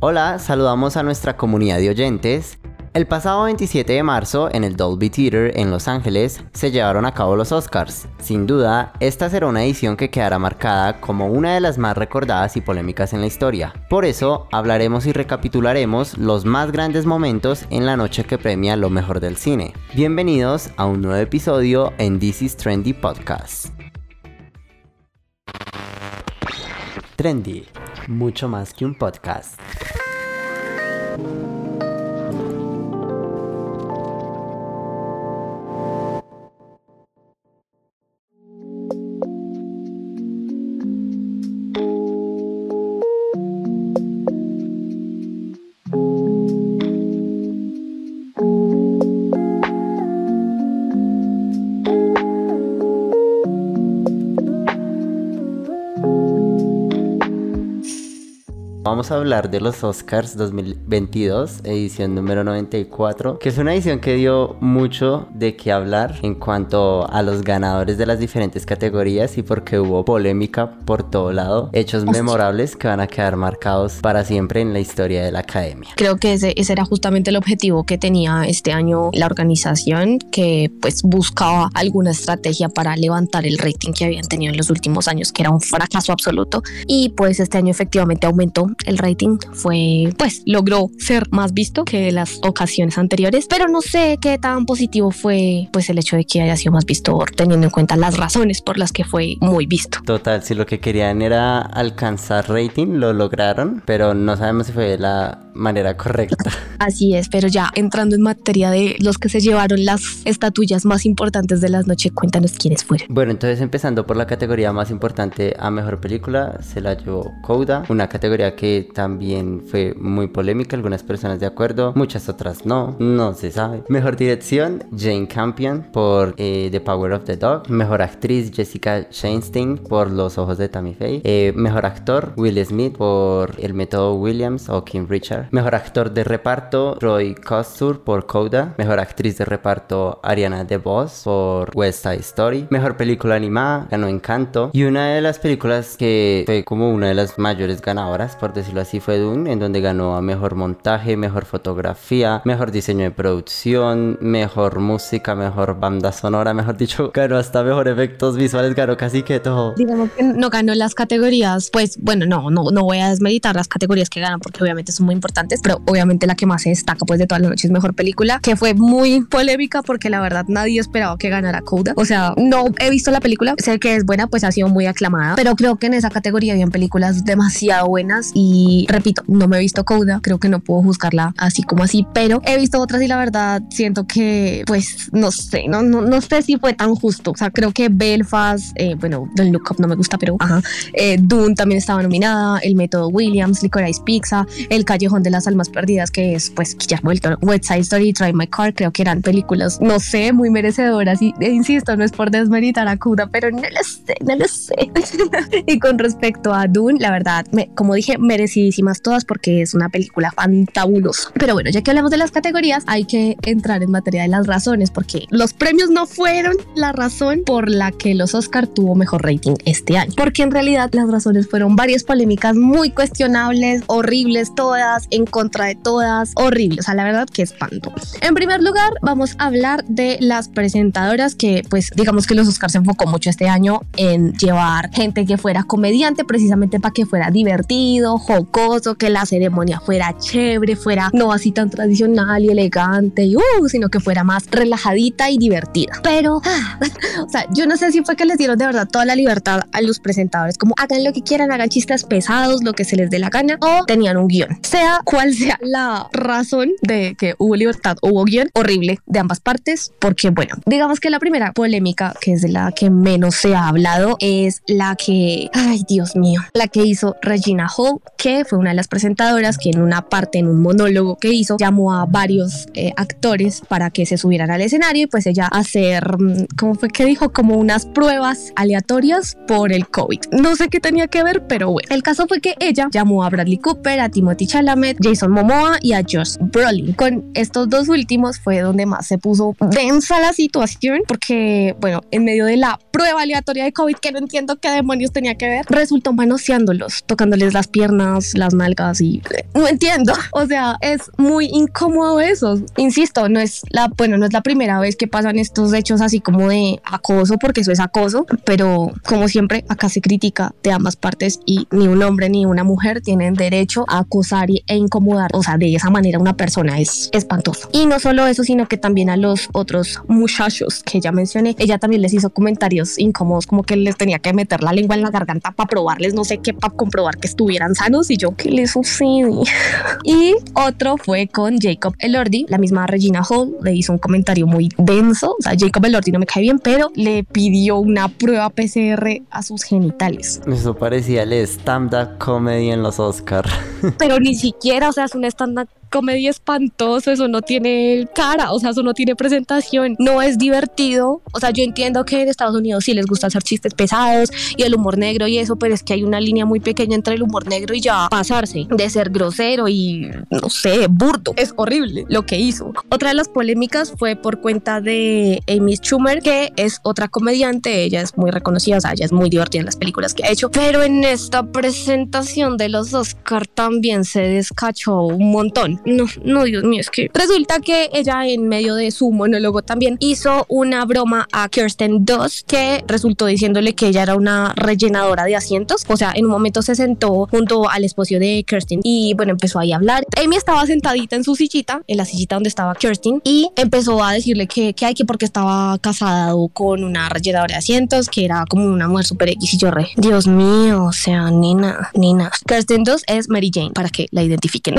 Hola, saludamos a nuestra comunidad de oyentes. El pasado 27 de marzo, en el Dolby Theater en Los Ángeles, se llevaron a cabo los Oscars. Sin duda, esta será una edición que quedará marcada como una de las más recordadas y polémicas en la historia. Por eso, hablaremos y recapitularemos los más grandes momentos en la noche que premia lo mejor del cine. Bienvenidos a un nuevo episodio en This is Trendy Podcast. Trendy, mucho más que un podcast. Vamos a hablar de los Oscars 2022, edición número 94, que es una edición que dio mucho de qué hablar en cuanto a los ganadores de las diferentes categorías y porque hubo polémica por todo lado, hechos memorables que van a quedar marcados para siempre en la historia de la academia. Creo que ese era justamente el objetivo que tenía este año la organización, que pues buscaba alguna estrategia para levantar el rating que habían tenido en los últimos años, que era un fracaso absoluto, y pues este año efectivamente aumentó el rating, logró ser más visto que las ocasiones anteriores, pero no sé qué tan positivo fue pues el hecho de que haya sido más visto teniendo en cuenta las razones por las que fue muy visto. Total, si lo que querían era alcanzar rating, lo lograron, pero no sabemos si fue de la manera correcta. Así es, pero ya entrando en materia de los que se llevaron las estatuillas más importantes de las noches, cuéntanos quiénes fueron. Bueno, entonces empezando por la categoría más importante a mejor película, se la llevó Coda, una categoría que también fue muy polémica, algunas personas de acuerdo, muchas otras no se sabe. Mejor dirección, Jane Campion por The Power of the Dog. Mejor actriz, Jessica Chastain por Los ojos de Tammy Faye. Mejor actor, Will Smith por El método Williams o King Richard. Mejor actor de reparto, Troy Kotsur por Coda. Mejor actriz de reparto, Ariana DeBose por West Side Story. Mejor película animada, ganó Encanto. Y una de las películas que fue como una de las mayores ganadoras, por decirlo así, fue Dune, en donde ganó a mejor montaje, mejor fotografía, mejor diseño de producción, mejor música, mejor banda sonora, mejor dicho, ganó hasta mejor efectos visuales, ganó casi que todo. Digamos que no ganó las categorías, pues bueno, no voy a desmeritar las categorías que ganan porque obviamente son muy importantes, pero obviamente la que más se destaca pues de todas las noches es mejor película, que fue muy polémica porque la verdad nadie esperaba que ganara Coda. O sea, no he visto la película, sé que es buena, pues ha sido muy aclamada, pero creo que en esa categoría habían películas demasiado buenas y repito, no me he visto Coda, creo que no puedo juzgarla así como así, pero he visto otras y la verdad siento que pues no sé si fue tan justo. O sea, creo que Belfast, Don't Look Up no me gusta, pero Dune también estaba nominada, El método Williams, Licorice Pizza, El callejón de las almas perdidas, que es pues Guillermo del Toro, West Side Story, Drive My Car, creo que eran películas, no sé, muy merecedoras y insisto, no es por desmeritar a Coda, pero no lo sé. Y con respecto a Dune, la verdad, como dije, merecidísimas todas porque es una película fantabulosa. Pero bueno, ya que hablamos de las categorías, hay que entrar en materia de las razones, porque los premios no fueron la razón por la que los Oscar tuvo mejor rating este año, porque en realidad las razones fueron varias polémicas muy cuestionables, horribles todas, en contra de todas, horribles. O sea, la verdad que espanto. En primer lugar, vamos a hablar de las presentadoras, que pues digamos que los Oscars se enfocó mucho este año en llevar gente que fuera comediante precisamente para que fuera divertido, jocoso, que la ceremonia fuera chévere, fuera no así tan tradicional y elegante sino que fuera más relajadita y divertida. Pero o sea, yo no sé si fue que les dieron de verdad toda la libertad a los presentadores, como hagan lo que quieran, hagan chistes pesados, lo que se les dé la gana, o tenían un guión. Sea cual sea la razón de que hubo libertad o hubo guión, horrible de ambas partes, porque bueno, digamos que la primera polémica, que es de la que menos se ha hablado, es la que, ay Dios mío, la que hizo Regina Hall, que fue una de las presentadoras que en una parte, en un monólogo que hizo, llamó a varios actores para que se subieran al escenario y pues ella hacer, ¿cómo fue que dijo? Como unas pruebas aleatorias por el COVID. No sé qué tenía que ver, pero bueno. El caso fue que ella llamó a Bradley Cooper, a Timothée Chalamet, Jason Momoa y a Josh Brolin. Con estos dos últimos fue donde más se puso densa la situación, porque bueno, en medio de la prueba aleatoria de COVID, que no entiendo qué demonios tenía que ver, resultó manoseándolos, tocándoles las piernas, piernas, las nalgas y no entiendo. O sea, es muy incómodo eso. Insisto, no es la primera vez que pasan estos hechos así como de acoso, porque eso es acoso, pero como siempre acá se critica de ambas partes y ni un hombre ni una mujer tienen derecho a acosar e incomodar, o sea, de esa manera a una persona. Es espantoso. Y no solo eso, sino que también a los otros muchachos que ya mencioné, ella también les hizo comentarios incómodos, como que les tenía que meter la lengua en la garganta para probarles no sé qué, para comprobar que estuvieran sanos, y yo, ¿qué les sucede? Y otro fue con Jacob Elordi. La misma Regina Hall le hizo un comentario muy denso. O sea, Jacob Elordi no me cae bien, pero le pidió una prueba PCR a sus genitales. Eso parecía el stand-up comedy en los Oscar. Pero ni siquiera, o sea, es un stand-up comedia espantoso, eso no tiene cara, o sea, eso no tiene presentación, no es divertido. O sea, yo entiendo que en Estados Unidos sí les gusta hacer chistes pesados y el humor negro y eso, pero es que hay una línea muy pequeña entre el humor negro y ya pasarse de ser grosero y, no sé, burdo. Es horrible lo que hizo. Otra de las polémicas fue por cuenta de Amy Schumer, que es otra comediante. Ella es muy reconocida, o sea, ella es muy divertida en las películas que ha hecho, pero en esta presentación de los Oscar también se descachó un montón. No, Dios mío, es que resulta que ella en medio de su monólogo también hizo una broma a Kirsten Dunst, que resultó diciéndole que ella era una rellenadora de asientos. O sea, en un momento se sentó junto al esposo de Kirsten y bueno, empezó ahí a hablar. Amy estaba sentadita en su sillita, en la sillita donde estaba Kirsten, y empezó a decirle que porque estaba casado con una rellenadora de asientos, que era como una mujer super X, y yo Dios mío, o sea, nena. Kirsten Dunst es Mary Jane, para que la identifiquen.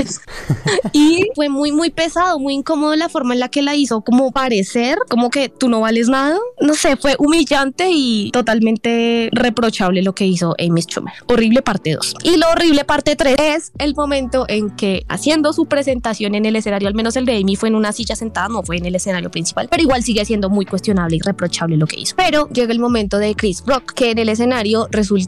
Y fue muy pesado, muy incómodo la forma en la que la hizo como parecer como que tú no vales nada. No sé, fue humillante y totalmente reprochable lo que hizo Amy Schumer. Horrible parte 2. Y lo horrible parte 3 es el momento en que, haciendo su presentación en el escenario, al menos el de Amy fue en una silla sentada, no fue en el escenario principal, pero igual sigue siendo muy cuestionable y reprochable lo que hizo. Pero llega el momento de Chris Rock, que en el escenario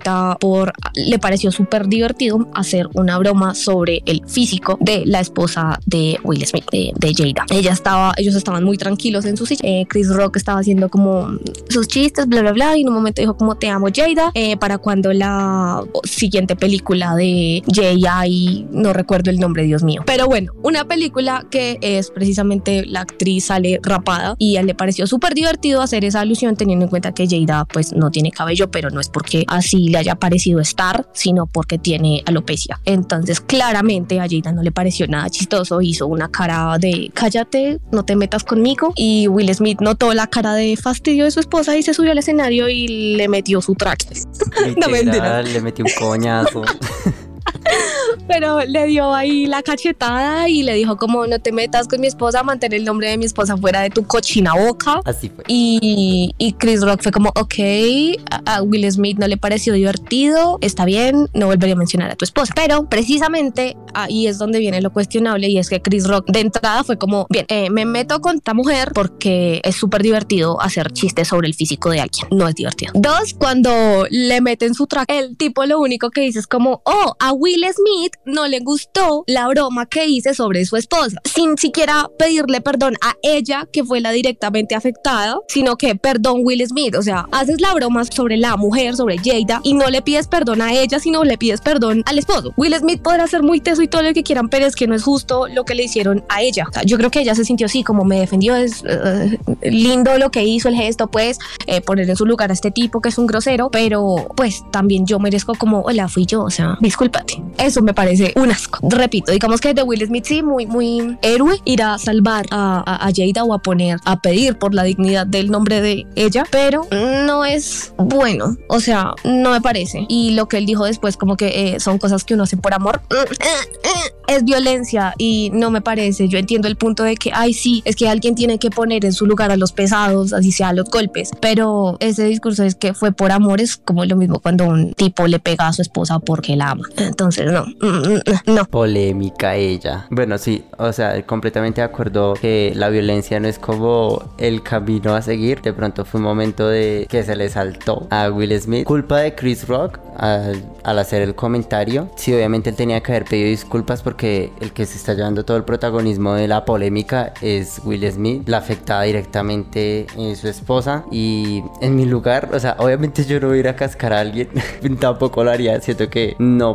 le pareció súper divertido hacer una broma sobre el físico de la esposa de Will Smith, de Jada. Ellos estaban muy tranquilos en su silla. Chris Rock estaba haciendo como sus chistes, bla, bla, bla, y en un momento dijo como te amo, Jada, para cuando la siguiente película de J.I., no recuerdo el nombre, Dios mío. Pero bueno, una película que es precisamente la actriz sale rapada y a él le pareció súper divertido hacer esa alusión, teniendo en cuenta que Jada pues no tiene cabello, pero no es porque así le haya parecido estar, sino porque tiene alopecia. Entonces claramente a Jada no le pareció nada chistoso, hizo una cara de cállate, no te metas conmigo, y Will Smith notó la cara de fastidio de su esposa y se subió al escenario y le metió su traje. No, mentira. Le metió un coñazo. Pero le dio ahí la cachetada y le dijo como no te metas con mi esposa, mantén el nombre de mi esposa fuera de tu cochina boca. Así fue. Y Chris Rock fue como ok, a Will Smith no le pareció divertido, está bien, no volvería a mencionar a tu esposa. Pero precisamente ahí es donde viene lo cuestionable, y es que Chris Rock de entrada fue como bien, me meto con esta mujer porque es súper divertido hacer chistes sobre el físico de alguien, no es divertido. Dos, cuando le meten su track, el tipo lo único que dice es como a Will Smith no le gustó la broma que hice sobre su esposa, sin siquiera pedirle perdón a ella, que fue la directamente afectada, sino que perdón Will Smith. O sea, haces la broma sobre la mujer, sobre Jada, y no le pides perdón a ella, sino le pides perdón al esposo. Will Smith podrá ser muy teso y todo lo que quieran, pero es que no es justo lo que le hicieron a ella. O sea, yo creo que ella se sintió así, como me defendió, es lindo lo que hizo, el gesto, pues poner en su lugar a este tipo que es un grosero, pero pues también yo merezco como hola, fui yo, o sea, discúlpate. Eso me parece un asco. Repito, digamos que de Will Smith sí, muy héroe, ir a salvar a Jada o a pedir por la dignidad del nombre de ella, pero no es bueno, o sea, no me parece. Y lo que él dijo después, como que son cosas que uno hace por amor, es violencia y no me parece. Yo entiendo el punto de que, ay sí, es que alguien tiene que poner en su lugar a los pesados, así sea los golpes, pero ese discurso es que fue por amor, es como lo mismo cuando un tipo le pega a su esposa porque la ama. Entonces no. Polémica ella. Bueno, sí, o sea, completamente de acuerdo que la violencia no es como el camino a seguir. De pronto fue un momento de que se le saltó a Will Smith. Culpa de Chris Rock al hacer el comentario. Sí, obviamente él tenía que haber pedido disculpas porque el que se está llevando todo el protagonismo de la polémica es Will Smith. La afectada directamente es su esposa. Y en mi lugar, o sea, obviamente yo no voy a ir a cascar a alguien. Tampoco lo haría, siento que no podría.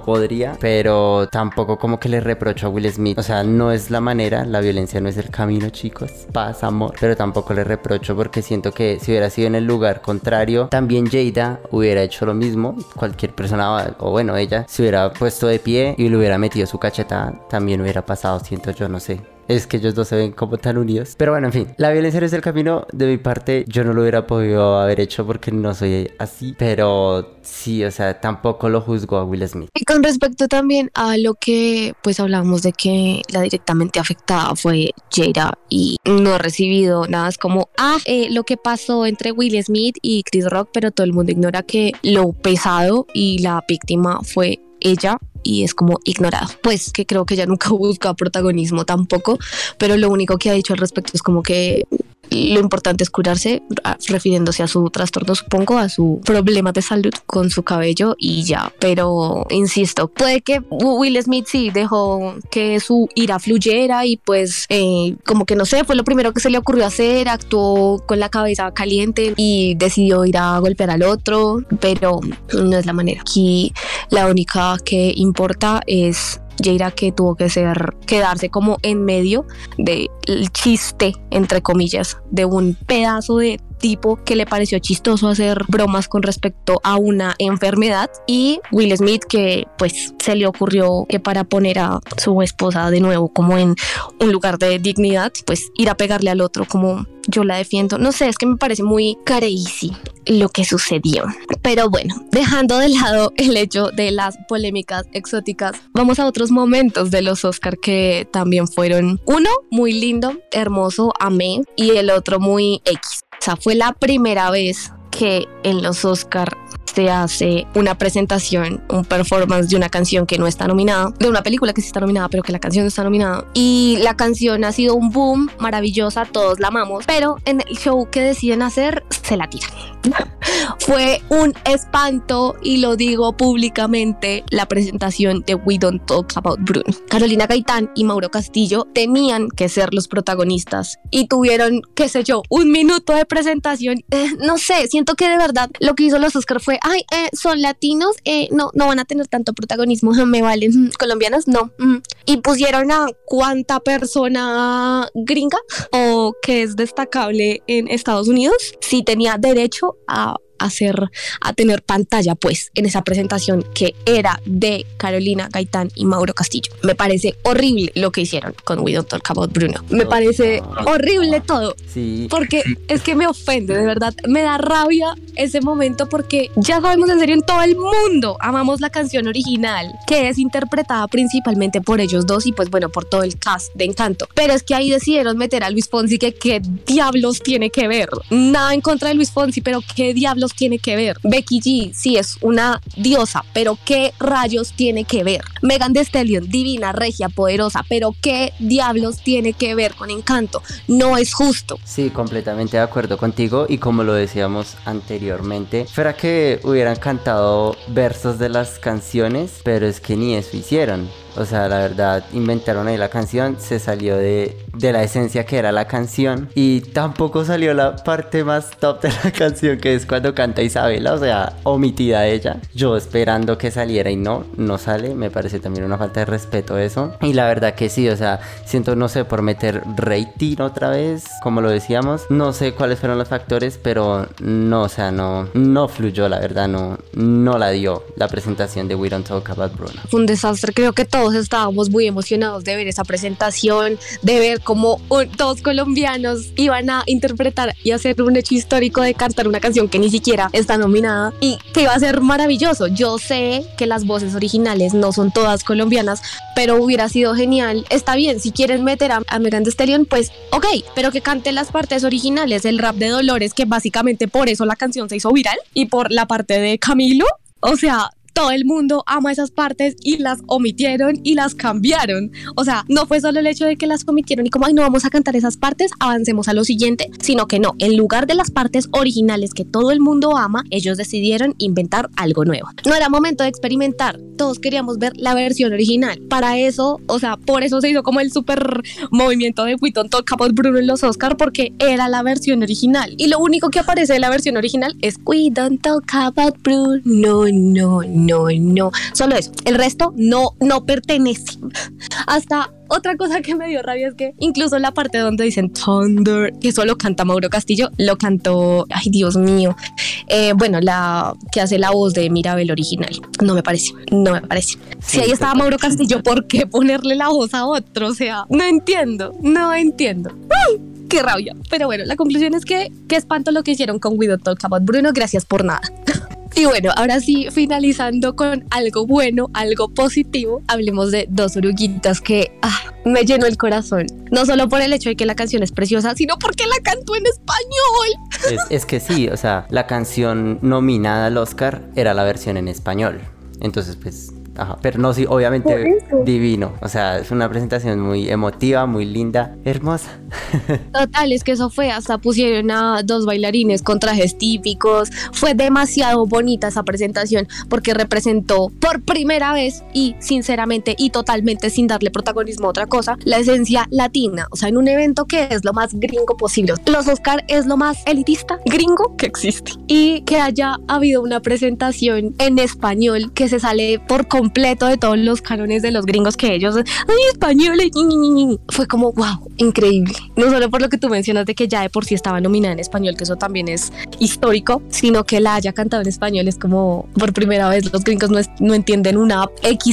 categoría, pero tampoco como que le reprocho a Will Smith. O sea, no es la manera, la violencia no es el camino, chicos. Paz, amor. Pero tampoco le reprocho porque siento que si hubiera sido en el lugar contrario, también Jada hubiera hecho lo mismo. Cualquier persona, o bueno, ella se hubiera puesto de pie y le hubiera metido su cachetada, también hubiera pasado, siento yo, no sé. Es que ellos dos se ven como tan unidos. Pero bueno, en fin, la violencia no es el camino. De mi parte, yo no lo hubiera podido haber hecho porque no soy así. Pero sí, o sea, tampoco lo juzgo a Will Smith. Y con respecto también a lo que pues hablamos de que la directamente afectada fue Jada y no ha recibido nada, es como lo que pasó entre Will Smith y Chris Rock, pero todo el mundo ignora que lo pesado y la víctima fue ella y es como ignorado. Pues que creo que ella nunca busca protagonismo tampoco, pero lo único que ha dicho al respecto es como que lo importante es curarse, refiriéndose a su trastorno, supongo, a su problema de salud con su cabello y ya. Pero insisto, puede que Will Smith sí dejó que su ira fluyera y pues como que no sé, fue lo primero que se le ocurrió hacer, actuó con la cabeza caliente y decidió ir a golpear al otro, pero no es la manera. Aquí la única que importa es Jada, que tuvo que quedarse como en medio del chiste, entre comillas, de un pedazo de tipo que le pareció chistoso hacer bromas con respecto a una enfermedad, y Will Smith, que pues se le ocurrió que para poner a su esposa de nuevo como en un lugar de dignidad, pues ir a pegarle al otro como yo la defiendo. No sé, es que me parece muy crazy lo que sucedió. Pero bueno, dejando de lado el hecho de las polémicas exóticas, vamos a otros momentos de los Oscar que también fueron, uno muy lindo, hermoso, amé, y el otro muy X. O sea, fue la primera vez que en los Oscar se hace una presentación, un performance de una canción que no está nominada, de una película que sí está nominada, pero que la canción no está nominada. Y la canción ha sido un boom, maravillosa, todos la amamos, pero en el show que deciden hacer, se la tiran. Fue un espanto, y lo digo públicamente, la presentación de We Don't Talk About Bruno. Carolina Gaitán y Mauro Castillo tenían que ser los protagonistas y tuvieron, qué sé yo, un minuto de presentación. No sé, siento que de verdad lo que hizo los Oscar fue, son latinos, no van a tener tanto protagonismo, me valen, colombianas, no. Y pusieron a cuánta persona gringa o que es destacable en Estados Unidos sí tenía derecho a tener pantalla pues en esa presentación que era de Carolina Gaitán y Mauro Castillo. Me parece horrible lo que hicieron con We Don't Talk About Bruno. Me parece horrible todo. Sí. Porque es que me ofende, de verdad. Me da rabia ese momento porque ya sabemos en serio, en todo el mundo amamos la canción original, que es interpretada principalmente por ellos dos y pues bueno, por todo el cast de Encanto. Pero es que ahí decidieron meter a Luis Fonsi, que qué diablos tiene que ver. Nada en contra de Luis Fonsi, pero qué diablos tiene que ver. Becky G sí es una diosa, pero qué rayos tiene que ver. Megan Thee Stallion, divina, regia, poderosa, pero qué diablos tiene que ver con Encanto. No es justo. Sí, completamente de acuerdo contigo, y como lo decíamos anteriormente, fuera que hubieran cantado versos de las canciones, pero es que ni eso hicieron. O sea, la verdad, inventaron ahí la canción, se salió de la esencia que era la canción, y tampoco salió la parte más top de la canción, que es cuando canta Isabela, o sea, omitida ella. Yo esperando que saliera y no sale, me parece también una falta de respeto eso. Y la verdad que sí, o sea, siento, no sé, por meter rating otra vez, como lo decíamos, no sé cuáles fueron los factores, pero no, o sea, no fluyó, la verdad, no la dio la presentación de We Don't Talk About Bruno. Fue un desastre, creo que todos estábamos muy emocionados de ver esa presentación, de ver cómo dos colombianos iban a interpretar y hacer un hecho histórico de cantar una canción que ni siquiera está nominada y que iba a ser maravilloso. Yo sé que las voces originales no son todas colombianas, pero hubiera sido genial. Está bien, si quieres meter a Megan Thee Stallion, pues ok, pero que cante las partes originales, el rap de Dolores, que básicamente por eso la canción se hizo viral, y por la parte de Camilo. O sea, todo el mundo ama esas partes y las omitieron y las cambiaron. O sea, no fue solo el hecho de que las omitieron y como, no vamos a cantar esas partes, avancemos a lo siguiente, sino que no, en lugar de las partes originales que todo el mundo ama, ellos decidieron inventar algo nuevo. No era momento de experimentar, todos queríamos ver la versión original. Para eso, o sea, por eso se hizo como el super movimiento de We Don't Talk About Bruno en los Oscar, porque era la versión original. Y lo único que aparece de la versión original es We Don't Talk About Bruno, no. no. Solo eso. El resto no pertenece. Hasta otra cosa que me dio rabia es que incluso la parte donde dicen Thunder, que solo canta Mauro Castillo, lo cantó, ay Dios mío, bueno, la que hace la voz de Mirabel original. No me parece. Si ahí estaba Mauro Castillo, ¿por qué ponerle la voz a otro? O sea, no entiendo. ¡Ay! ¡Qué rabia! Pero bueno, la conclusión es que qué espanto lo que hicieron con We Don't Talk About Bruno. Gracias por nada. Y bueno, ahora sí, finalizando con algo bueno, algo positivo, hablemos de Dos Oruguitas que me llenó el corazón. No solo por el hecho de que la canción es preciosa, sino porque la cantó en español. Es que sí, o sea, la canción nominada al Oscar era la versión en español. Entonces, pues... pero no, sí, obviamente divino. O sea, es una presentación muy emotiva, muy linda, hermosa. Total, es que eso fue, hasta pusieron a 2 bailarines con trajes típicos. Fue demasiado bonita esa presentación porque representó por primera vez y sinceramente y totalmente sin darle protagonismo a otra cosa, la esencia latina. O sea, en un evento que es lo más gringo posible. Los Oscar es lo más elitista gringo que existe. Y que haya habido una presentación en español que se sale por completo de todos los cánones de los gringos que ellos, españoles, fue como wow, increíble. No solo por lo que tú mencionas de que ya de por sí estaba nominada en español, que eso también es histórico, sino que la haya cantado en español es como por primera vez los gringos no entienden una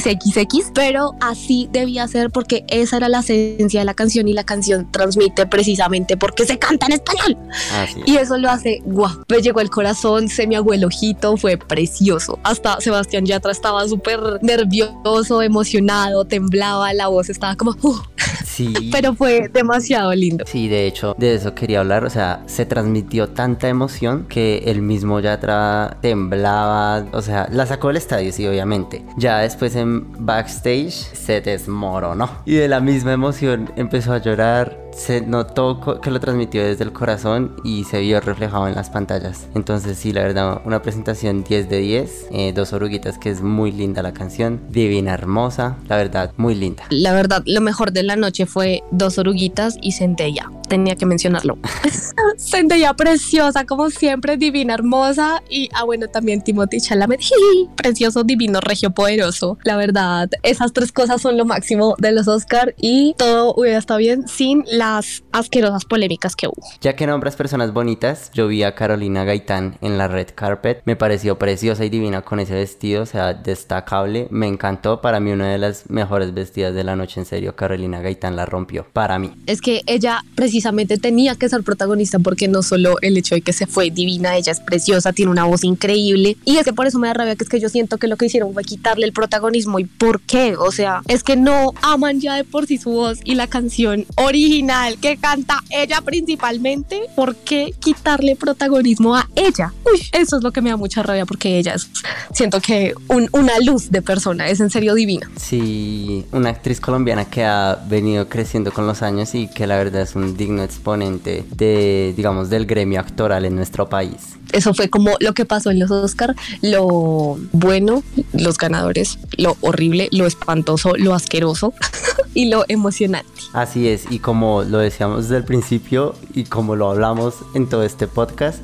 XXX, pero así debía ser porque esa era la esencia de la canción y la canción transmite precisamente porque se canta en español. Y eso lo hace wow, me llegó el corazón, se me aguó el ojito, fue precioso. Hasta Sebastián Yatra estaba súper nervioso, emocionado, temblaba, la voz estaba como sí. Pero fue demasiado lindo. Sí, de hecho, de eso quería hablar. O sea, se transmitió tanta emoción que el mismo Yatra temblaba. O sea, la sacó del estadio, sí, obviamente. Ya después en backstage se desmoronó. Y de la misma emoción empezó a llorar. Se notó que lo transmitió desde el corazón y se vio reflejado en las pantallas. Entonces sí, la verdad, una presentación 10 de 10. Dos Oruguitas, que es muy linda la canción, divina, hermosa, la verdad, muy linda. La verdad, lo mejor de la noche fue Dos Oruguitas y Zendaya. Tenía que mencionarlo. Zendaya preciosa, como siempre, divina, hermosa. Y bueno, también Timothée Chalamet, precioso, divino, regio, poderoso. La verdad, esas 3 cosas son lo máximo de los Oscar y todo hubiera estado bien sin las asquerosas polémicas que hubo. Ya que nombras personas bonitas, yo vi a Carolina Gaitán en la red carpet. Me pareció preciosa y divina con ese vestido, o sea, destacable. Me encantó. Para mí, una de las mejores vestidas de la noche, en serio. Carolina Gaitán la rompió, para mí. Es que ella precisamente tenía que ser protagonista porque no solo el hecho de que se fue divina, ella es preciosa, tiene una voz increíble. Y es que por eso me da rabia, que es que yo siento que lo que hicieron fue quitarle el protagonismo. ¿Y por qué? O sea, es que no aman ya de por sí su voz y la canción original que canta ella principalmente. ¿Por qué quitarle protagonismo a ella? Uy, eso es lo que me da mucha rabia porque ella es, siento que una luz de persona, es en serio divina. Sí, una actriz colombiana que ha venido creciendo con los años y que la verdad es un digno exponente de, digamos, del gremio actoral en nuestro país. Eso fue como lo que pasó en los Oscar, lo bueno, los ganadores, lo horrible, lo espantoso, lo asqueroso y lo emocionante. Así es, y como lo decíamos desde el principio y como lo hablamos en todo este podcast,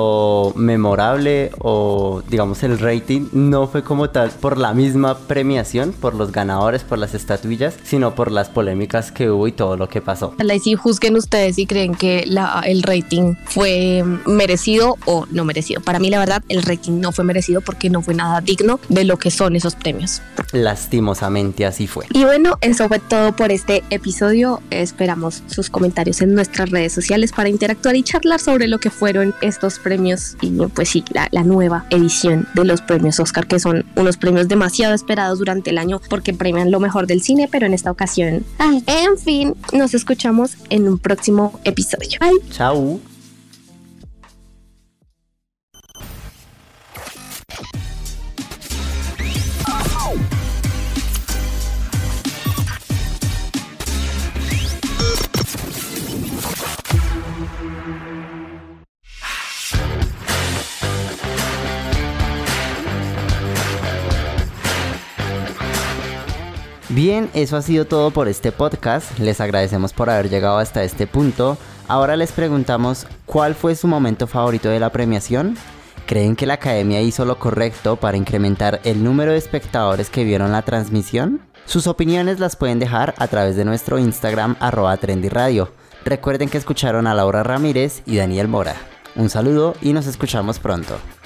lo memorable o digamos el rating no fue como tal por la misma premiación, por los ganadores, por las estatuillas, sino por las polémicas que hubo y todo lo que pasó. Y si juzguen ustedes si creen que el rating fue merecido o no merecido. Para mí la verdad el rating no fue merecido porque no fue nada digno de lo que son esos premios. Lastimosamente así fue. Y bueno, eso fue todo por este episodio. Esperamos sus comentarios en nuestras redes sociales para interactuar y charlar sobre lo que fueron estos premios y pues sí, la nueva edición de los premios Oscar, que son unos premios demasiado esperados durante el año porque premian lo mejor del cine, pero en esta ocasión, en fin, nos escuchamos en un próximo episodio. Bye. Chao. Bien, eso ha sido todo por este podcast. Les agradecemos por haber llegado hasta este punto. Ahora les preguntamos, ¿cuál fue su momento favorito de la premiación? ¿Creen que la academia hizo lo correcto para incrementar el número de espectadores que vieron la transmisión? Sus opiniones las pueden dejar a través de nuestro Instagram @trendyradio. Recuerden que escucharon a Laura Ramírez y Daniel Mora. Un saludo y nos escuchamos pronto.